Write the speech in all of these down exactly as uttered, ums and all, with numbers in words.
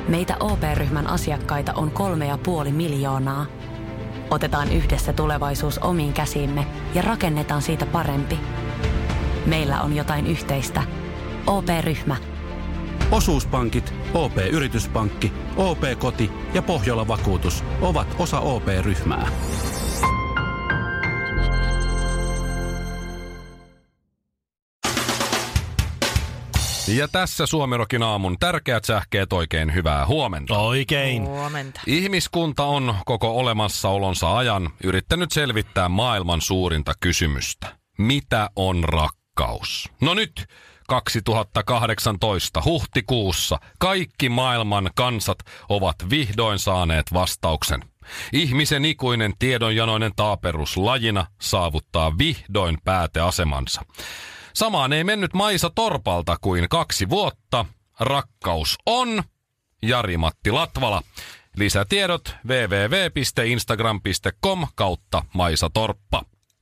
Meitä O P-ryhmän asiakkaita on kolme ja puoli miljoonaa. Otetaan yhdessä tulevaisuus omiin käsiimme ja rakennetaan siitä parempi. Meillä on jotain yhteistä. O P-ryhmä. Osuuspankit, O P-yrityspankki, O P-koti ja Pohjola-vakuutus ovat osa O P-ryhmää. Ja tässä Suomirokin aamun tärkeät sähkeet, oikein hyvää huomenta. Oikein. Huomenta. Ihmiskunta on koko olemassaolonsa ajan yrittänyt selvittää maailman suurinta kysymystä. Mitä on rakkaus? No nyt kaksituhattakahdeksantoista huhtikuussa kaikki maailman kansat ovat vihdoin saaneet vastauksen. Ihmisen ikuinen tiedonjanoinen taaperus lajina saavuttaa vihdoin pääteasemansa. Samaan ei mennyt Maisa Torpalta kuin kaksi vuotta. Rakkaus on Jari-Matti Latvala. Lisätiedot double-u double-u double-u piste instagram piste com kautta Maisa Torppa.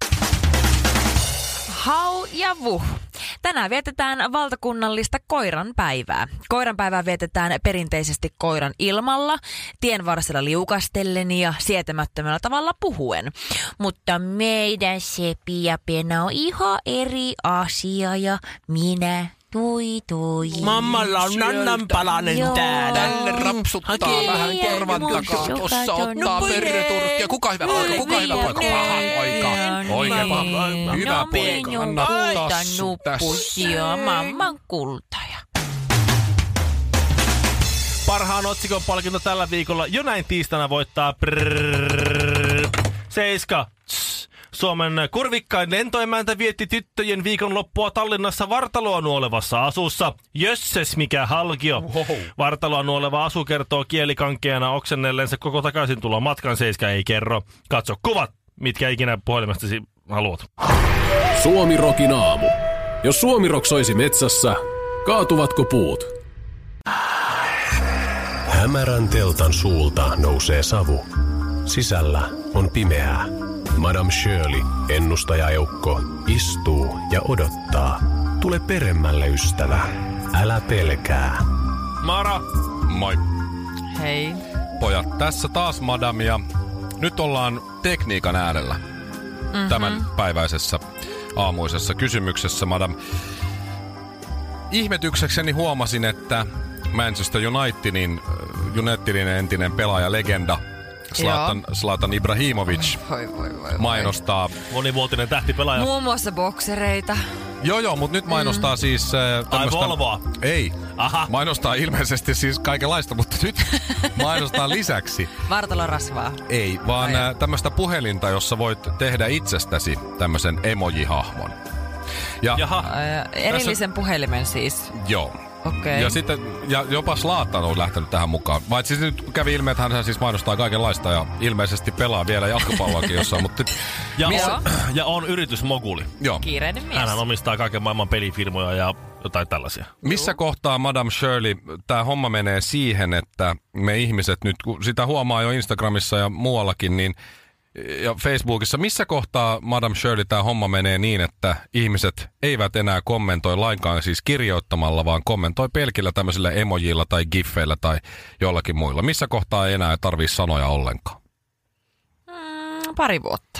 Hau ja vuh. Tänään vietetään valtakunnallista koiran päivää. Koiran päivää vietetään perinteisesti koiran ilmalla, tien varsilla liukastellen ja sietämättömällä tavalla puhuen. Mutta meidän Sepi ja Pena on ihan eri asia ja minä... Tui, tui. Mammalla on nannanpalanen täällä. Tälle rapsuttaa Hakee vähän korvan takaa. Tossa ottaa perreturkkia. Kuka hyvä poika? Kuka hyvä poika? Paha poika. Oikein paha. Hyvä poika. Anna tassu tässä. Mamman kultaja. Parhaan otsikon palkinto tällä viikolla jo näin tiistaina voittaa prrrr, Seiska. Suomen kurvikkain lentoemäntä vietti tyttöjen viikonloppua Tallinnassa Vartaloa nuolevassa asussa. Jösses, mikä halkio. Wow. Vartaloa nuoleva asu kertoo kielikankeana oksennelleensa koko takaisin tulla matkan. Seiska ei kerro. Katso kuvat, mitkä ikinä puhelimestasi haluat. Suomirokin aamu. Jos Suomirok soisi metsässä, kaatuvatko puut? Hämärän teltan suulta nousee savu. Sisällä on pimeää. Madame Shirley, ennustajaeukko, istuu ja odottaa. Tule peremmälle, ystävä. Älä pelkää. Mara. Moi. Hei. Pojat, tässä taas Madame ja nyt ollaan tekniikan äärellä. Mm-hmm. Tämän päiväisessä aamuisessa kysymyksessä, Madame. Ihmetyksekseni huomasin, että Manchester Unitedin, Unitedin entinen pelaaja, legenda Zlatan, Zlatan Ibrahimovic voi, voi, voi, voi. mainostaa... Monivuotinen tähtipelaaja. Muun muassa boksereita. Joo, joo, mutta nyt mainostaa mm. siis... Äh, tämmöstä... Ai Volvoa? Ei. Aha. Mainostaa ilmeisesti siis kaikenlaista, mutta nyt mainostaa lisäksi. Vartalorasvaa. Ei, vaan äh, tämmöistä puhelinta, jossa voit tehdä itsestäsi tämmöisen emoji-hahmon. Ja Jaha. Äh, erillisen tässä... puhelimen siis. Joo. Okay. Ja sitten, ja jopa Zlatan on lähtenyt tähän mukaan. Vai siis nyt kävi ilme, että hän siis mainostaa kaikenlaista ja ilmeisesti pelaa vielä jalkapalloakin jossain, mutta... Ja on, ja on yritysmoguli. Joo. Kiireinen mies. Hän omistaa kaiken maailman pelifirmoja ja jotain tällaisia. Missä Joo. kohtaa, Madame Shirley, tämä homma menee siihen, että me ihmiset nyt, kun sitä huomaa jo Instagramissa ja muuallakin, niin ja Facebookissa, missä kohtaa, Madame Shirley, tämä homma menee niin, että ihmiset eivät enää kommentoi lainkaan siis kirjoittamalla, vaan kommentoi pelkillä tämmöisillä emojilla tai giffeillä tai jollakin muilla. Missä kohtaa ei enää tarvitse sanoja ollenkaan? Mm, pari vuotta.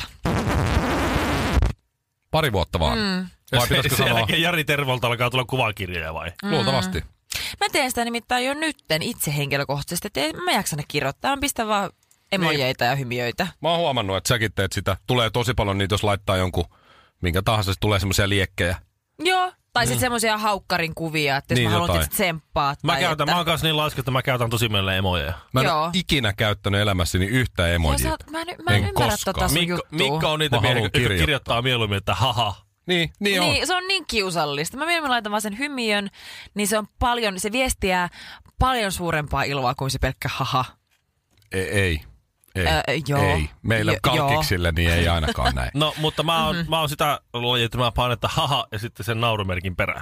Pari vuotta vaan? Mm. Vai pitäisikö sen sanoa? jälkeen Jari Tervolta alkaa tulla kuvakirjoja vai? Mm. Luultavasti. Mä teen sitä nimittäin jo nytten itse henkilökohtaisesti, että mä jaksa ne kirjoittaa. Mä pistän vaan emojeita niin. ja hymiöitä. Mä oon huomannut, että säkin teet sitä. Tulee tosi paljon niitä, jos laittaa jonkun, minkä tahansa, tulee semmoisia liekkejä. Joo. Tai sitten mm. semmoisia haukkarin kuvia, että jos niin, mä haluan tietysti tsemppaa. Mä käytän, että... mä oon kanssa niin laiska, että mä käytän tosi mieleen emojeja. Mä en ole ikinä käyttänyt elämässäni yhtä emojia. Oot, mä en, mä en, en ymmärrä tota sun Mikko, Mikko on niitä miehiä, jotka kirjoittaa mieluummin, että haha. Niin, niin, on. niin, se on niin kiusallista. Mä mieluummin laitan vaan sen hymiön, niin se on paljon, se viestiää paljon suurempaa iloa kuin se pelkkä haha. Ei, ei. Ei, öö, joo. ei. Meillä jo, kalkiksille niin ei ainakaan näin. No, mutta mä oon, mm-hmm. mä oon sitä lajia, että mä paan, että haha ja sitten sen naurumerkin perään.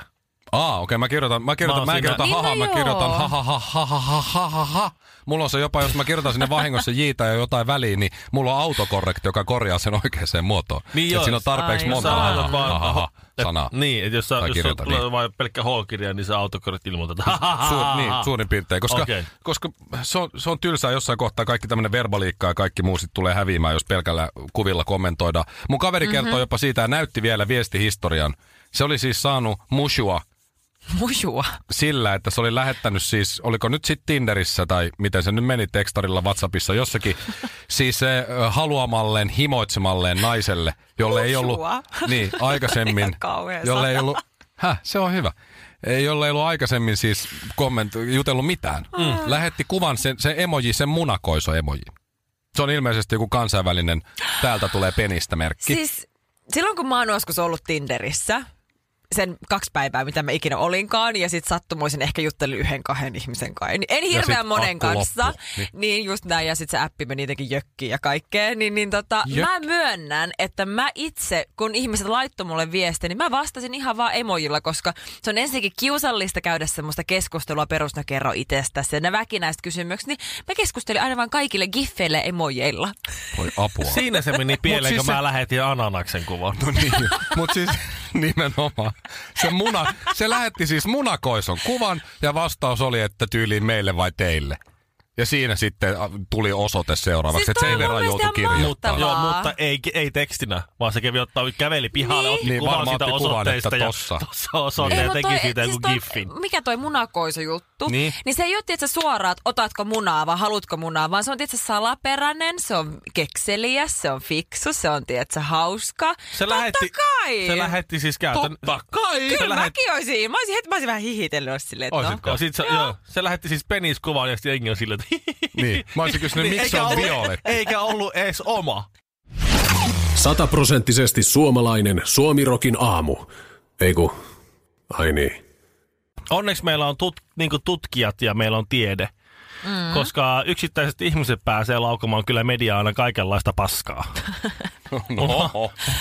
Aa, okei, okay, mä kirjoitan, mä kirjoitan, mä, mä kirjoitan Niin, haha, no mä joo. kirjoitan ha ha ha ha ha ha ha ha ha. Mulla on se jopa, jos mä kirjoitan sinne vahingossa jiitä ja jotain väliin, niin mulla on autokorrekti, joka korjaa sen oikeaan muotoon. Niin että siinä on tarpeeksi Ai, monta Sä ha laitat ha vaan ha ha sanaa. Niin, että jos, sä, Tai jos kirjoita, tulee niin. vain pelkkä H-kirja, niin se autokorrekti ilmoitetaan. Suur, niin, suurin piirtein, koska, Okay. koska se, on, se on tylsää jossain kohtaa, kaikki tämmöinen verbaliikka ja kaikki muu sit tulee häviämään, jos pelkällä kuvilla kommentoidaan. Mun kaveri mm-hmm. kertoo jopa siitä ja näytti vielä viestihistorian. Se oli siis saanut mushua Mujua. sillä, että se oli lähettänyt siis, oliko nyt sitten Tinderissä tai miten se nyt meni tekstarilla WhatsAppissa jossakin, siis se haluamalleen, himoitsemalleen naiselle, jolle ei ollut, niin aikaisemmin, Ihan kauhea jolle ei sana. ollut, häh, se on hyvä. Ei jolle ei ollut aikaisemmin siis komment, jutellut mitään. Mm. Lähetti kuvan, sen, se emoji, sen munakoiso emoji. Se on ilmeisesti joku kansainvälinen, täältä tulee penistä merkki. Siis silloin kun mä oon joskus ollut Tinderissä, sen kaksi päivää, mitä mä ikinä olinkaan, ja sit sattumoisin ehkä juttelin yhden kahden ihmisen kanssa. En, en hirveän sit monen akku kanssa. loppu. Niin. Niin. niin just näin, ja sit se appi meni jotenkin jökkiin ja kaikkea. Niin, niin tota, Jök. mä myönnän, että mä itse, kun ihmiset laittoi mulle viestiä, niin mä vastasin ihan vaan emojilla, koska se on ensinnäkin kiusallista käydä semmoista keskustelua perus, no kerro itsestäsi. Ja ne väkinäiset kysymykset, niin mä keskustelin aina vaan kaikille giffeille emojeilla. Voi apua. Siinä se meni pieleen, siis kun se- mä lähetin ananaksen kuvan. No niin, mutta siis nimenomaan. Se, muna, se lähetti siis munakoison kuvan ja vastaus oli, että tyyliin meille vai teille. Ja siinä sitten tuli osoite seuraavaksi, Siis että toi sen on verran mun joutui mielestä ihan kirjoittamaan. mahtavaa. Joo, mutta ei, ei tekstinä, vaan se kävi ottaa, käveli pihalle, Niin. otti Niin, kuvan varmaan siitä otti kuvan, osoitteesta että ja tossa. tossa osoite ja mut teki siitä joku toi- giffin. Mikä toi munakoiso-juttu? Niin. Niin se ei ole tietysti suoraan, että otatko munaa vai haluatko munaa, vaan se on tietysti salaperäinen, se on kekseliäs, se on fiksu, se on tietysti hauska. Se Totta lähetti, kai! se lähetti siis käytön. Totta kai! Kyllä se lähet- mäkin olisin. Mä olisin, heti, mä olisin vähän hihitellyt olisi silleen, että no. Oisitko? Joo, sit se, joo, se lähetti siis peniskuvan ja sitten jengi on silleen, että Niin, mä olisin kysynyt, Niin, miksi se eikä on ollut- violetti. Eikä ollut edes oma. Sataprosenttisesti suomalainen Suomirokin aamu. Eiku, ai niin. Onneksi meillä on tut, niinku tutkijat ja meillä on tiede. Mm. Koska yksittäiset ihmiset pääsee laukomaan kyllä mediaa aina kaikenlaista paskaa. No,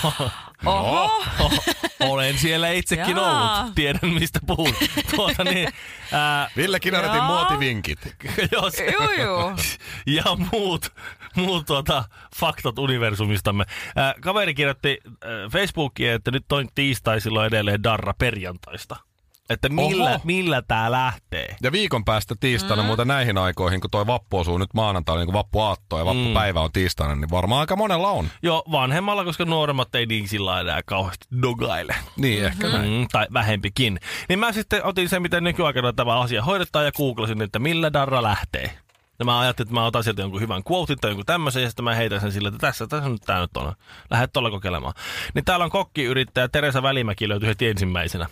Oho! Olen siellä itsekin Jaa. ollut. Tiedän, mistä puhun. Tuota niin, ää, Ville Kinaretin Joo. muotivinkit. jos, Juu, juu. ja muut, muut tuota, faktat universumistamme. Ää, kaveri kirjoitti ää, Facebookiin, että nyt on tiistai silloin edelleen darra perjantaista. Että millä, Oho. millä tää lähtee. Ja viikon päästä tiistaina mm. muuten näihin aikoihin, kun toi vappu osuu nyt maanantaina, niin kuin vappuaatto ja vappupäivä on tiistaina, niin varmaan aika monella on. Joo, vanhemmalla, koska nuoremmat ei niin sillä enää kauheasti dogaile. Niin, ehkä näin. Mm, tai vähempikin. Niin mä sitten otin sen, miten nykyaikana tämä asia hoidetaan ja googlasin, että millä darra lähtee. Ja mä ajattelin, että mä otan sieltä jonkun hyvän quotein tai jonkun tämmöisen, ja sitten mä heitän sen sille, että tässä, tässä nyt tää nyt on. Lähdet tuolla kokeilemaan. Niin täällä on kokkiyrittäjä Teresa Välimäki löytyi heti ensimmäisenä.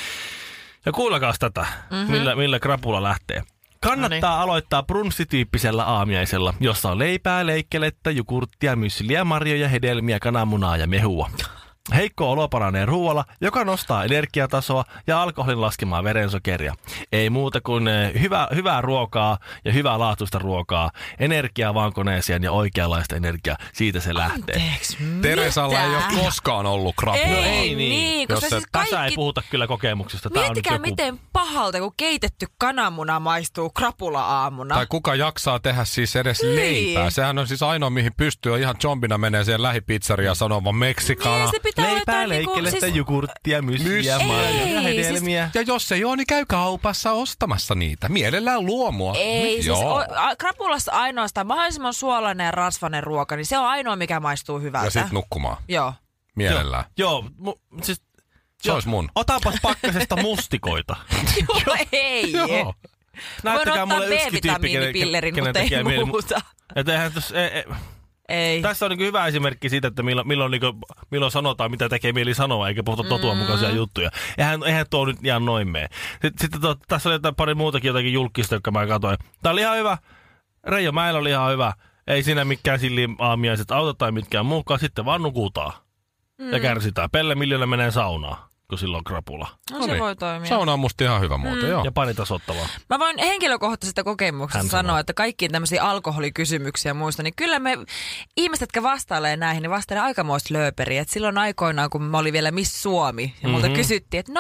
Ja kuullakaas tätä, mm-hmm. millä, millä krapula lähtee. Kannattaa Noniin. aloittaa brunssityyppisellä aamiaisella, jossa on leipää, leikkelettä, jogurttia, mysliä, marjoja, hedelmiä, kananmunaa ja mehua. Heikko olo paranee ruoalla, joka nostaa energiatasoa ja alkoholin laskemaa verensokeria. Ei muuta kuin eh, hyvä, hyvää ruokaa ja hyvää laatuista ruokaa. Energiaa vaan koneeseen ja oikeanlaista energiaa. Siitä se lähtee. Anteeksi, Teresalla ei mitä? ole koskaan ollut krapula. Ei, ei niin, niin. niin koska Jos se- siis Tässä ei kaikki... puhuta kyllä kokemuksesta. Tää on nyt Miettikää, joku... miten pahalta, kun keitetty kananmuna maistuu krapula-aamuna. Tai kuka jaksaa tehdä siis edes Niin. leipää. Sehän on siis ainoa, mihin pystyy. On ihan zombina menee siihen lähipizzeriaan sanoa vaan meksikana. Niin, se pitää olla Leipää, jotain niinku, leikkelettä, siis... jogurttia, mysliä, Mysliä. marjoja ja Ei, hedelmiä. Ja jos ei ole, niin käy kaupassa ostamassa niitä. Mielellään luomua. Ei, siis Joo. o, a, krapulassa ainoastaan mahdollisimman suolainen ja rasvainen ruoka, niin se on ainoa, mikä maistuu hyvältä. Ja sit nukkumaan. Joo. Mielellään. Joo, mu, siis... Se olisi mun. Otapas pakkasesta mustikoita. Joo, ei. Joo. Voin Näyttäkää ottaa mulle yksi tyyppi, kenen, B-vitamiinipillerin, kenen mutta ei tekee mieli. muuta. Et eihän tos, ei, ei. Ei. Tässä on niin hyvä esimerkki siitä, että milloin, milloin, niin kuin, milloin sanotaan, mitä tekee mieli sanoa, eikä puhuta totuuden mukaisia juttuja. Eihän, eihän tuo nyt ihan noin mene. Sitten, sitten to, tässä oli jotain pari muutakin jotakin julkista, jotka mä katsoin. Tää oli ihan hyvä. Reijo Mäellä oli ihan hyvä. Ei siinä mikään silliin aamiaiset auta tai mitkään muukaan. Sitten vaan nukutaan. Mm. Ja kärsitään. Pelle Miljoona menee saunaan, kun silloin on krapula. No, No se niin. voi toimia. Sauna on musta ihan hyvä muuten, joo. Ja panitasoittavaa. Mä voin henkilökohtaisesta kokemuksesta Hän sanoa, sanoo. että kaikkiin tämmöisiä alkoholikysymyksiä ja muista, niin kyllä me ihmiset, jotka vastailee näihin, niin vastailee aikamoista lööperiä. Et silloin aikoinaan, kun mä olin vielä Miss Suomi, ja multa Mhm. kysyttiin, että no,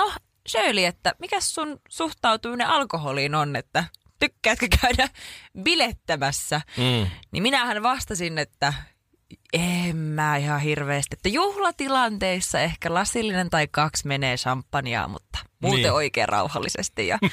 Shirley, että mikä sun suhtautuminen alkoholiin on, että tykkäätkö käydä bilettämässä? Mm. Niin minähän vastasin, että en mä ihan hirveästi, että juhlatilanteissa ehkä lasillinen tai kaksi menee champagnea, mutta muuten niin. Oikein rauhallisesti. Ja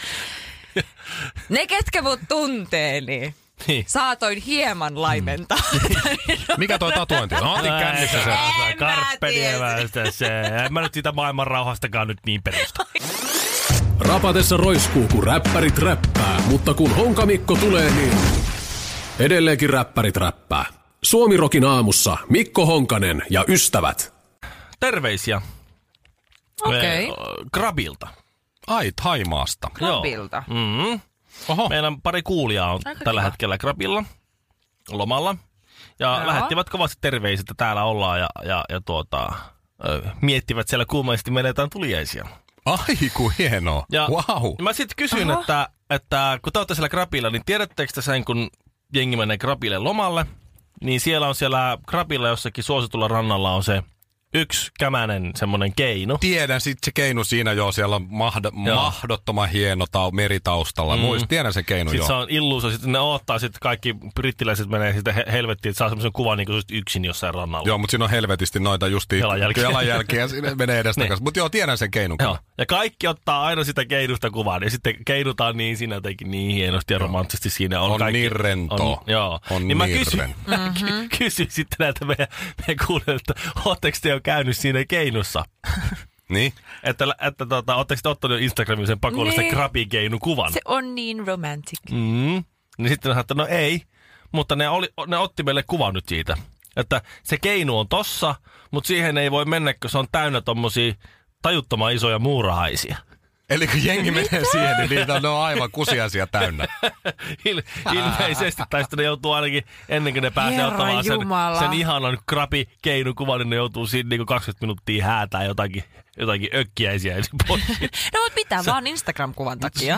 ne, ketkä mut tuntee, niin... Niin. Saatoin hieman laimentaa. Mm. Mikä toi tatuointi on? Otin kännissä se. Karppedievästä se. En mä nyt siitä maailman rauhastakaan nyt niin perusta. Rapatessa roiskuu, kun räppärit räppää, mutta kun Honkamikko tulee, niin edelleenkin räppärit räppää. Suomirokin aamussa Mikko Honkanen ja ystävät. Terveisiä. Okei. Okay. Krabilta. Ai, Thaimaasta. Krabilta. Mm-hmm. Oho. Meidän pari kuulijaa on Aika tällä kiva. hetkellä Krabilla lomalla. Ja Joo. lähettivät kovasti terveisiä, että täällä ollaan ja, ja, ja tuota, ö, miettivät siellä kuumaisesti menetään tuliaisia. Ai, ku hienoa. Ja wow. Mä sitten kysyin, että, että kun te olette siellä Krabilla, niin tiedättekö te sen, kun jengi menee Krabille lomalle, niin siellä on siellä Krabilla jossakin suositulla rannalla on se yksi kämänen semmoinen keinu. Tiedän, sit se keinu siinä jo, siellä on mahd- mahdottoman hieno tau- meritaustalla. Mm. Muist, tiedän se keinu sitten jo. Se on illuusio, sitten ne odottaa, sitten kaikki brittiläiset menee sitten he- helvettiin, että saa semmoisen kuvan niin kuin yksin jossain rannalla. Joo, mutta siinä on helvetisti noita justi jalanjälkiä, jalanjälkiä sinne menee edestakas. Mutta joo, tiedän sen keinun. Joo. Ja kaikki ottaa aina sitä keinusta kuvan, ja sitten keinutaan niin siinä jotenkin niin hienosti ja romanttisesti siinä. On, on kaikki, niin rento. On, joo. On niin niin kysyin, mm-hmm. kysyin sitten näitä meidän, meidän kuulijoilta, että ootteko te jo käynyt siinä keinussa? Niin? Että, että tota, ootteko te ottanut Instagramiin sen pakollisen niin. krabikeinu kuvan? Se on niin romantic. Mm. Niin sitten ne sanoi, että no ei, mutta ne, oli, ne otti meille kuvan nyt siitä. Että se keinu on tossa, mutta siihen ei voi mennä, kun se on täynnä tommosia tajuttoman isoja muurahaisia. Eli kun jengi menee siihen, niin niitä on, ne on aivan kusiaisia täynnä. Il- ilmeisesti, tai sitten ne joutuu ainakin, ennen kuin ne pääsee ottamaan sen, sen ihanan krabi-keinukuvan, niin ne joutuu siinä niin kaksikymmentä minuuttia häätää jotakin, jotakin ökkiäisiä pois. No mutta pitää vaan Instagram-kuvan takia.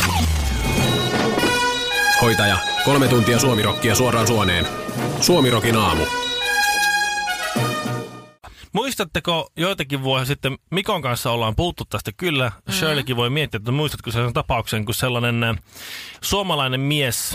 Hoitaja, kolme tuntia Suomirokkia suoraan suoneen. Suomirokin aamu. Muistatteko joitakin vuosia sitten, Mikon kanssa ollaan puhuttu tästä kyllä, mm-hmm. Shirleykin voi miettiä, että muistatko sen tapauksen, kun sellainen äh, suomalainen mies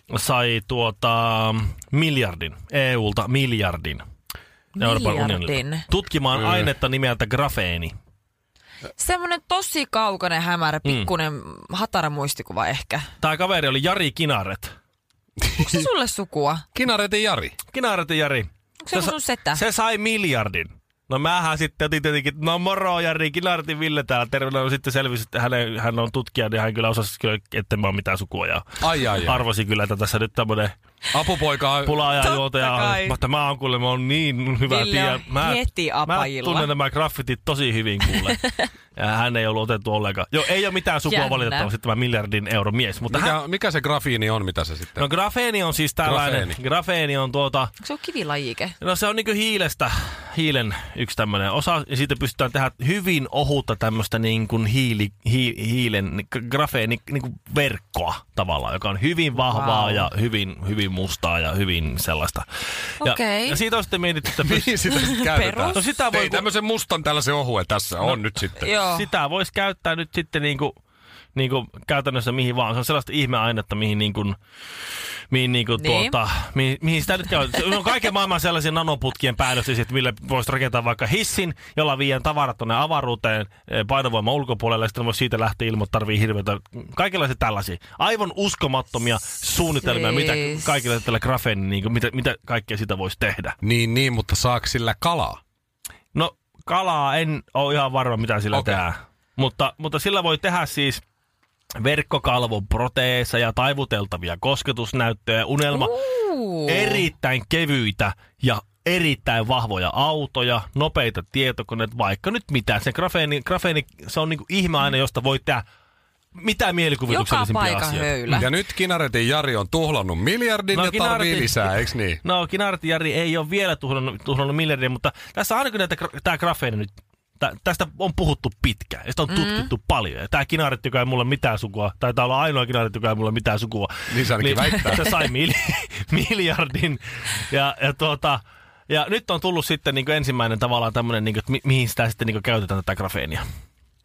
sai tuota miljardin, E U:lta miljardin, Euroopan unionilta, tutkimaan mm. ainetta nimeltä grafeeni. Semmoinen tosi kaukainen, hämärä, pikkuinen, mm. hatara muistikuva ehkä. Tämä kaveri oli Jari Kinaret. Onko se sulle sukua? Kinaretin Jari. Kinaretin Jari. Onko se, se sun setä? Se sai miljardin. No mähän sitten otin tietenkin, no moro Jari, Kinaretin Ville täällä, terve. No sitten selvisi, että hän, hän on tutkija, niin hän kyllä osasi kyllä, että mä oon mitään sukua. Ja ai, ai, arvasi kyllä, että tässä nyt tämmönen apupoika pula-ajan juontaja. Mutta mä oon kuule, mä oon niin hyvä tiedä. Mä, heti apajilla. Mä tunnen nämä graffitit tosi hyvin kuule. Ja hän ei ollut otettu ollenkaan. Joo, ei ole mitään sukua Jännä. valitettavasti tämä miljardin euron mies. Mutta mikä, hän... mikä se grafiini on, mitä se sitten? No grafeeni on siis tällainen. Grafeeni, grafeeni on tuota... Onko se on kivilajike? No se on niinku hiilestä, hiilen yksi tämmöinen osa. Ja siitä pystytään tehdä hyvin ohutta tämmöistä niinku hiili, hi, hiilen, grafeeni niinku verkkoa tavallaan, joka on hyvin vahvaa wow. ja hyvin, hyvin mustaa ja hyvin sellaista. Ja, okay. ja siitä on sitten mietitty, että... Mihin sitä sitten käytetään? No sitä voi... Ei, tämmöisen mustan tällaisen ohuen tässä no, on nyt sitten. Joo. Sitä voisi käyttää nyt sitten niinku, niinku käytännössä mihin vaan. Se on sellaista ihmeainetta, mihin niinku, mihin niinku niin. tuota, mihin, mihin sitä nyt käytetään. On kaiken maailman sellaisia nanoputkien päällöksiä, millä voisi rakentaa vaikka hissin, jolla viien tavarat tuonne avaruuteen painovoiman ulkopuolelle, ja sitten voisi siitä lähteä ilman, että tarvii hirveätä. Kaikenlaisia tällaisia. Aivan uskomattomia suunnitelmia, siis. mitä kaikilla tällä grafeeni, niinku, mitä, mitä kaikkea sitä voisi tehdä. Niin, niin, mutta saako sillä kalaa? No, kalaa en ole ihan varma, mitä sillä okay. tehdään. Mutta, mutta sillä voi tehdä siis verkkokalvon proteeseja, taivuteltavia kosketusnäyttöjä, unelma, uh. erittäin kevyitä ja erittäin vahvoja autoja, nopeita tietokoneita, vaikka nyt mitään. Se grafeeni, grafeeni se on niinku ihmeaine, josta voi tehdä mitä mielikuvituksellisimpia asioita. Höylä. Ja nyt Kinaretin Jari on tuhlannut miljardin no, ja tarvii Kinaretin, lisää, eikö niin? No Kinaretin Jari ei ole vielä tuhlannut, tuhlannut miljardin, mutta tässä aina kun tämä grafeeni nyt, tä, tästä on puhuttu pitkään ja sitä on tutkittu mm. paljon. Ja tämä Kinaret, joka ei mulla mitään sukua, taitaa olla ainoa Kinaret, joka ei mulla mitään sukua. Niin se ainakin niin, väittää. Se sai mil, miljardin ja, ja tuota... Ja nyt on tullut sitten niin kuin ensimmäinen tavallaan tämmöinen, niin kuin, että mi- mihin sitä sitten niin kuin käytetään tätä grafeenia.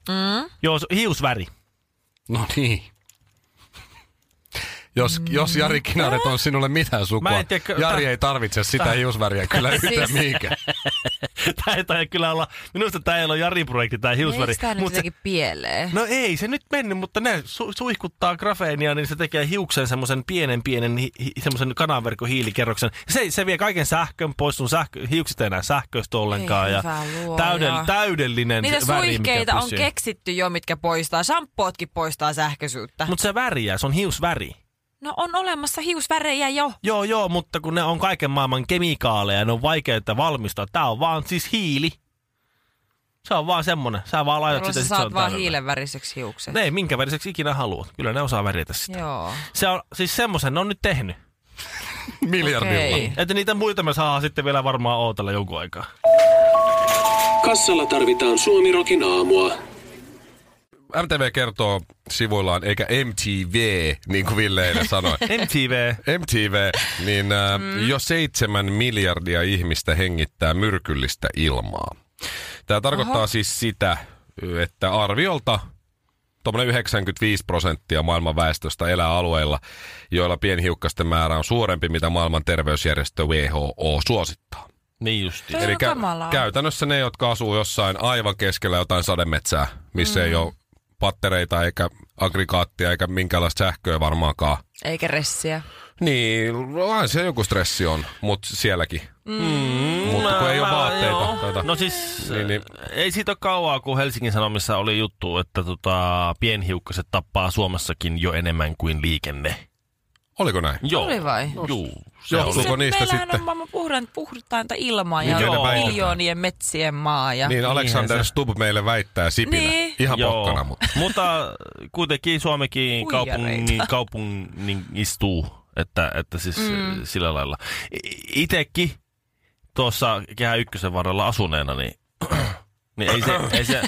Mm. Joo, hiusväri. No niin. Jos, mm. jos Jari Kinaret on sinulle mitään sukua, tiedä, Jari tää... ei tarvitse sitä tää... hiusväriä kyllä yhtään mihinkään. Tämä ei tai kyllä olla, minusta tämä ei ole Jari-projekti, tämä hiusväri. Eikö tämä nyt jotenkin se... pieleen? No ei se nyt mennyt, mutta ne su- suihkuttaa grafeenia, niin se tekee hiuksen semmoisen pienen pienen hi- semmoisen kananverkon hiilikerroksen. Se, se vie kaiken sähkön pois, sun sähkö, hiukset ei enää sähköistä ollenkaan. Ei, ja täydell, täydellinen niitä väri, suihkeita on keksitty jo, mitkä poistaa. Shampootkin poistaa sähköisyyttä. Mutta se väriä, se on hiusväri. No on olemassa hiusvärejä jo. Joo, joo, mutta kun ne on kaiken maailman kemikaaleja, ne on vaikeita valmistaa. Tää on vaan siis hiili. Se on vaan semmonen. Sä vaan laitat sitä, sä sit saat se on vaan täydellä. hiilenväriseksi hiukset. Ne, minkä väriseksi ikinä haluat. Kyllä ne osaa värjätä sitä. Joo. Se on, siis semmosen ne on nyt tehnyt. Miljardilla. Okay. Että niitä muita me saadaan sitten vielä varmaan ootella jonkun aikaa. Kassalla tarvitaan Suomi Rokin aamua. M T V kertoo sivuillaan, eikä M T V, niin kuin Ville eilen sanoi. M T V. M T V, niin äh, mm. jo seitsemän miljardia ihmistä hengittää myrkyllistä ilmaa. Tämä tarkoittaa Oho. siis sitä, että arviolta tuommoinen yhdeksänkymmentäviisi prosenttia maailman väestöstä elää alueilla, joilla pienhiukkasten määrä on suurempi, mitä maailman terveysjärjestö W H O suosittaa. Niin justi. Eli kä- käytännössä ne, jotka asuu jossain aivan keskellä jotain sademetsää, missä mm. ei ole pattereita eikä aggregaattia eikä minkäänlaista sähköä varmaankaan. Eikä ressiä. Niin, aina se joku stressi on, mutta sielläkin. Mm, mutta kun mä, ei ole mä, vaatteita. Tuota, no siis, niin, niin. ei siitä ole kauaa, kun Helsingin Sanomissa oli juttu, että tota, pienhiukkaset tappaa Suomessakin jo enemmän kuin liikenne. Oliko näin? Joo. Oli vai? No, Juu. Se johtuuko niistä meillähän sitten? on maailman puhdan, puhtainta ilmaa niin, ja miljoonien metsien maa. Ja... Niin, Alexander Stubb meille väittää Sipilä. Niin. Ihan Joo. pokkana. Mutta. mutta kuitenkin Suomikin kaupungin, kaupungistuu, että, että siis mm. sillä lailla. Itekin tuossa Kehä Ykkösen varrella asuneena, niin, niin ei se... Ei se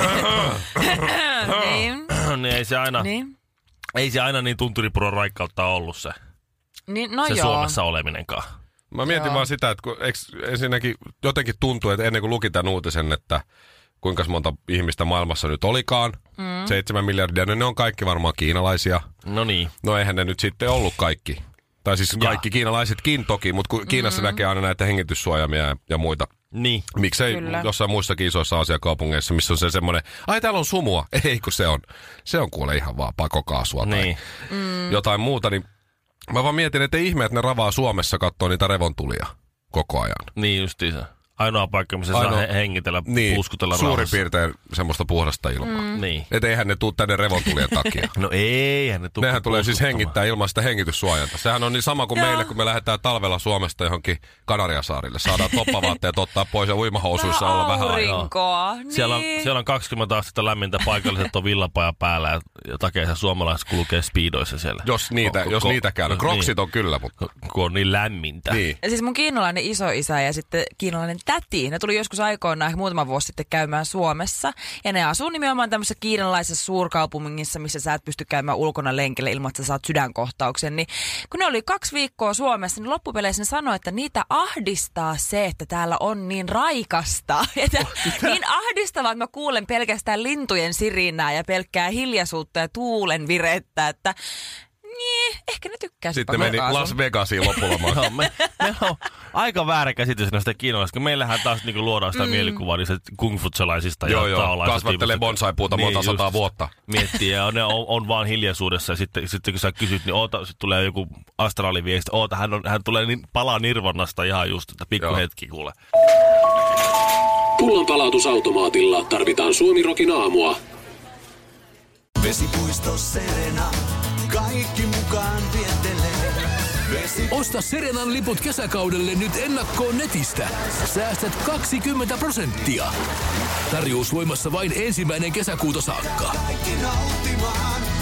niin. niin ei se aina... Niin. Ei se aina niin tunturipuron raikkautta ollut se, niin, no se joo. Suomessa oleminenkaan. Mä mietin joo. vaan sitä, että kun, eikö, ensinnäkin jotenkin tuntuu, että ennen kuin luki tämän uutisen, että kuinka monta ihmistä maailmassa nyt olikaan, mm. seitsemän miljardia, no ne on kaikki varmaan kiinalaisia. No niin. No eihän ne nyt sitten ollut kaikki. Tai siis kaikki ja. kiinalaisetkin toki, mutta kun Kiinassa mm-hmm. näkee aina näitä hengityssuojamia ja, ja muita. Niin. Miksei Kyllä. jossain muissakin isoissa asiakaupungeissa, missä on se semmoinen, ai täällä on sumua. Ei kun se on, se on kuule ihan vaan pakokaasua tai niin. mm. jotain muuta. Niin mä vaan mietin, että ei ihme, että ne ravaa Suomessa kattoo niitä revontulia koko ajan. Niin justiinsa. Ainoa paikka, missä Ainoa, saa hengitellä, niin, puuskutella suurin rauhassa. piirtein semmoista puhdasta ilmaa. Mm. Niin. Että eihän ne tuu tänne revontulien takia. No eihän ne tuu. Nehän tulee siis hengittää ilman sitä hengityssuojanta. Sehän on niin sama kuin meille, kun me lähdetään talvella Suomesta johonkin Kanariasaarille. Saadaan toppavaatteet ottaa pois ja uimahousuissa olla vähän aikaa. Niin. Siellä, on, siellä on kaksikymmentä astetta lämmintä, paikalliset on villapaja päällä ja takeissa suomalaiset kulkee speedoissa siellä. Jos niitä, ko, jos ko, niitä käy. No, Kroksit niin. on kyllä, mutta... Kun on niin lämmintä. Niin. Ja siis mun kiinalainen isoisä ja sitten kiinalainen täti, ne tuli joskus aikoinaan ehkä muutama vuosi sitten käymään Suomessa. Ja ne asuu nimenomaan tämmöisessä kiinalaisessa suurkaupungissa, missä sä et pysty käymään ulkona lenkillä ilman, että sä saat sydänkohtauksen. Niin kun ne oli kaksi viikkoa Suomessa, niin loppupeleissä ne sanoi, että niitä ahdistaa se, että täällä on niin raikasta. Että niin ahdistavaa, että mä kuulen pelkästään lintujen sirinää ja pelkkää hiljaisuutta ja tuulen virettä, että... Niin, ehkä ne tykkää. Sitten meni Las Vegasiin loppulamaan. no, me, meillä on aika väärä käsitys näistä kiinalaisista. Meillähän taas niinku luodaan sitä mm. mielikuvaa niistä kungfutsalaisista joo, ja joo, taolaisista. kasvattelee bonsai-puuta niin, monta sataa vuotta. Miettii, ja ne on, on vaan hiljaisuudessa. Ja sitten, sitten kun sä kysyt, niin oota, sitten tulee joku astraaliviesti. Oota, hän, on, hän tulee niin, palaa nirvannasta ihan just, että pikku hetki kuule. Pullonpalautusautomaatilla tarvitaan Suomi Rokin aamua. Vesipuisto Serena. Kaikki mukaan viettelee. Vesi... Osta Serenan liput kesäkaudelle nyt ennakkoon netistä. Säästät kaksikymmentä prosenttia. Tarjous voimassa vain ensimmäinen kesäkuuta saakka. Kaikki nauttimaan.